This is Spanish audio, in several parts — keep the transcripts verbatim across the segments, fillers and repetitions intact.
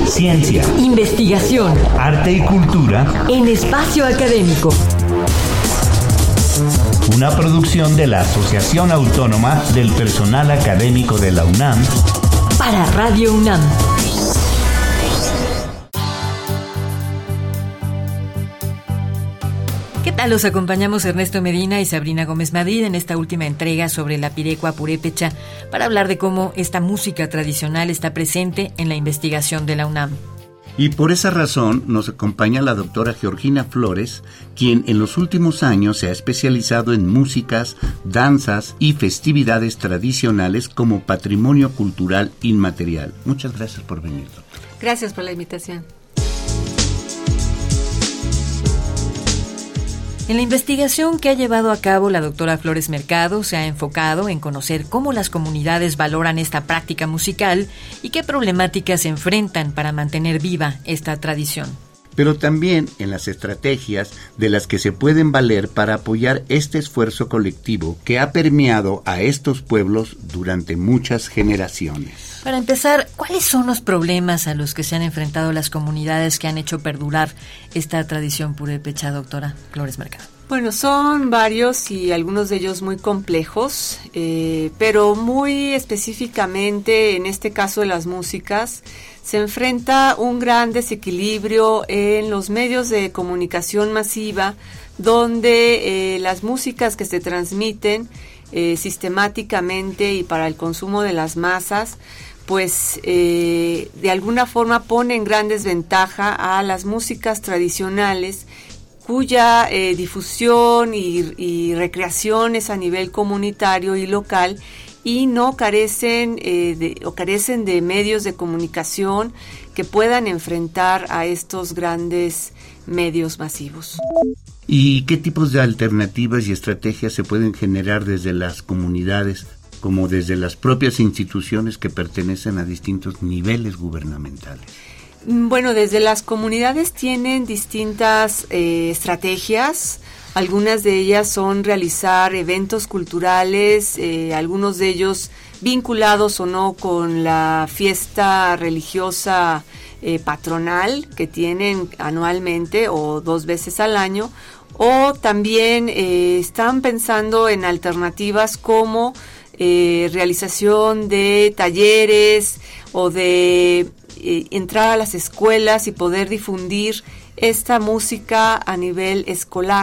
Ciencia, investigación, arte y cultura en espacio académico. Una producción de la Asociación Autónoma del Personal Académico de la UNAM para Radio UNAM. ¿Qué tal? Los acompañamos Ernesto Medina y Sabrina Gómez Madrid en esta última entrega sobre la pirecua purépecha para hablar de cómo esta música tradicional está presente en la investigación de la UNAM. Y por esa razón nos acompaña la doctora Georgina Flores, quien en los últimos años se ha especializado en músicas, danzas y festividades tradicionales como patrimonio cultural inmaterial. Muchas gracias por venir, doctora. Gracias por la invitación. En la investigación que ha llevado a cabo la doctora Flores Mercado se ha enfocado en conocer cómo las comunidades valoran esta práctica musical y qué problemáticas se enfrentan para mantener viva esta tradición. Pero también en las estrategias de las que se pueden valer para apoyar este esfuerzo colectivo que ha permeado a estos pueblos durante muchas generaciones. Para empezar, ¿cuáles son los problemas a los que se han enfrentado las comunidades que han hecho perdurar esta tradición purépecha, doctora Flores Mercado? Bueno, son varios y algunos de ellos muy complejos, eh, pero muy específicamente en este caso de las músicas, se enfrenta un gran desequilibrio en los medios de comunicación masiva, donde eh, las músicas que se transmiten eh, sistemáticamente y para el consumo de las masas, pues eh, de alguna forma pone en gran desventaja a las músicas tradicionales cuya eh, difusión y, y recreación es a nivel comunitario y local y no carecen eh, de, o carecen de medios de comunicación que puedan enfrentar a estos grandes medios masivos. ¿Y qué tipos de alternativas y estrategias se pueden generar desde las comunidades, como desde las propias instituciones que pertenecen a distintos niveles gubernamentales? Bueno, desde las comunidades tienen distintas eh, estrategias. Algunas de ellas son realizar eventos culturales, eh, algunos de ellos vinculados o no con la fiesta religiosa eh, patronal que tienen anualmente o dos veces al año, o también eh, están pensando en alternativas como eh, realización de talleres o de eh, entrar a las escuelas y poder difundir esta música a nivel escolar.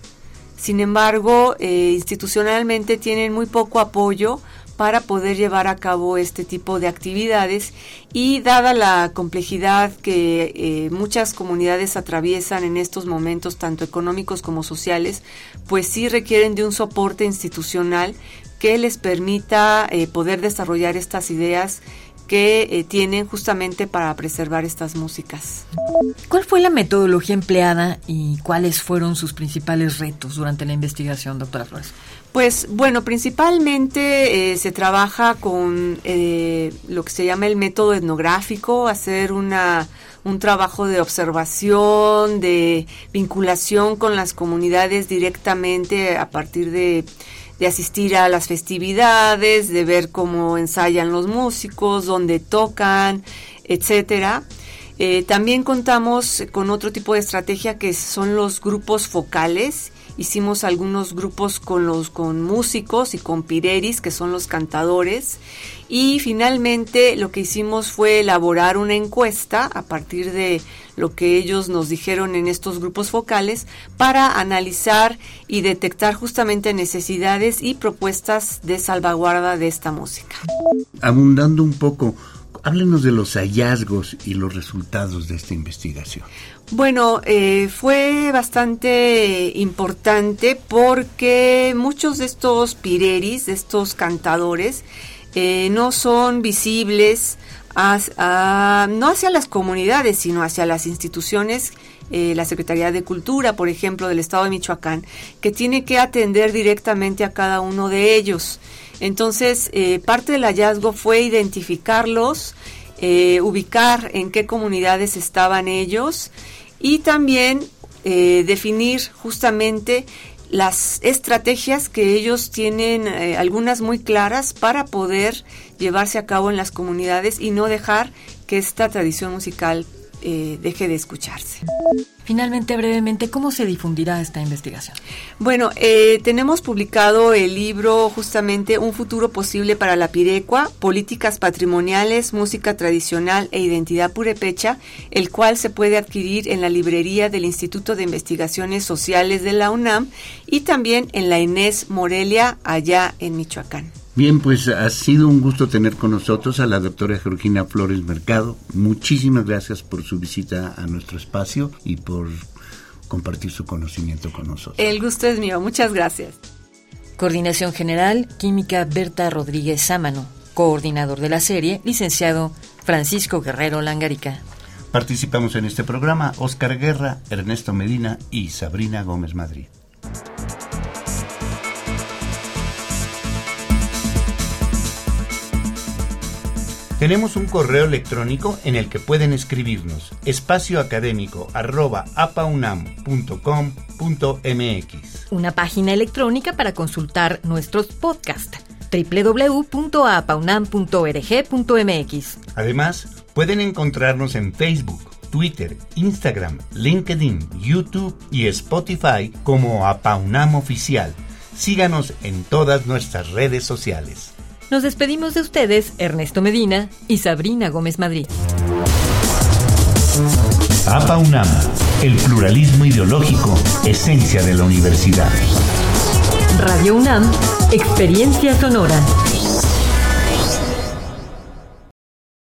Sin embargo, eh, institucionalmente tienen muy poco apoyo para poder llevar a cabo este tipo de actividades y dada la complejidad que eh, muchas comunidades atraviesan en estos momentos, tanto económicos como sociales, pues sí requieren de un soporte institucional que les permita eh, poder desarrollar estas ideas que eh, tienen justamente para preservar estas músicas. ¿Cuál fue la metodología empleada y cuáles fueron sus principales retos durante la investigación, doctora Flores? Pues bueno, principalmente eh, se trabaja con eh, lo que se llama el método etnográfico, hacer una un trabajo de observación, de vinculación con las comunidades directamente a partir de de asistir a las festividades, de ver cómo ensayan los músicos, dónde tocan, etcétera. Eh, también contamos con otro tipo de estrategia que son los grupos focales. Hicimos algunos grupos con los con músicos y con pireris, que son los cantadores, y finalmente lo que hicimos fue elaborar una encuesta a partir de lo que ellos nos dijeron en estos grupos focales para analizar y detectar justamente necesidades y propuestas de salvaguarda de esta música. Abundando un poco, háblenos de los hallazgos y los resultados de esta investigación. Bueno, eh, fue bastante importante porque muchos de estos pireris, de estos cantadores, eh, no son visibles a, a, no hacia las comunidades, sino hacia las instituciones, eh, la Secretaría de Cultura, por ejemplo, del Estado de Michoacán, que tiene que atender directamente a cada uno de ellos. Entonces, eh, parte del hallazgo fue identificarlos, eh, ubicar en qué comunidades estaban ellos y también eh, definir justamente las estrategias que ellos tienen, eh, algunas muy claras, para poder llevarse a cabo en las comunidades y no dejar que esta tradición musical eh, deje de escucharse. Finalmente, brevemente, ¿cómo se difundirá esta investigación? Bueno, eh, tenemos publicado el libro justamente Un futuro posible para la Pirecua, Políticas Patrimoniales, Música Tradicional e Identidad Purépecha, el cual se puede adquirir en la librería del Instituto de Investigaciones Sociales de la UNAM y también en la Inés Morelia, allá en Michoacán. Bien, pues ha sido un gusto tener con nosotros a la doctora Georgina Flores Mercado. Muchísimas gracias por su visita a nuestro espacio y por compartir su conocimiento con nosotros. El gusto es mío, muchas gracias. Coordinación General, Química Berta Rodríguez Sámano. Coordinador de la serie, licenciado Francisco Guerrero Langarica. Participamos en este programa Óscar Guerra, Ernesto Medina y Sabrina Gómez Madrid. Tenemos un correo electrónico en el que pueden escribirnos espacioacadémico arroba apaunam punto com punto mx. Una página electrónica para consultar nuestros podcasts doble u doble u doble u punto apaunam punto org punto mx. Además, pueden encontrarnos en Facebook, Twitter, Instagram, LinkedIn, YouTube y Spotify como Apaunam Oficial. Síganos en todas nuestras redes sociales. Nos despedimos de ustedes, Ernesto Medina y Sabrina Gómez Madrid. Apaunam, el pluralismo ideológico, esencia de la universidad. Radio UNAM, experiencia sonora.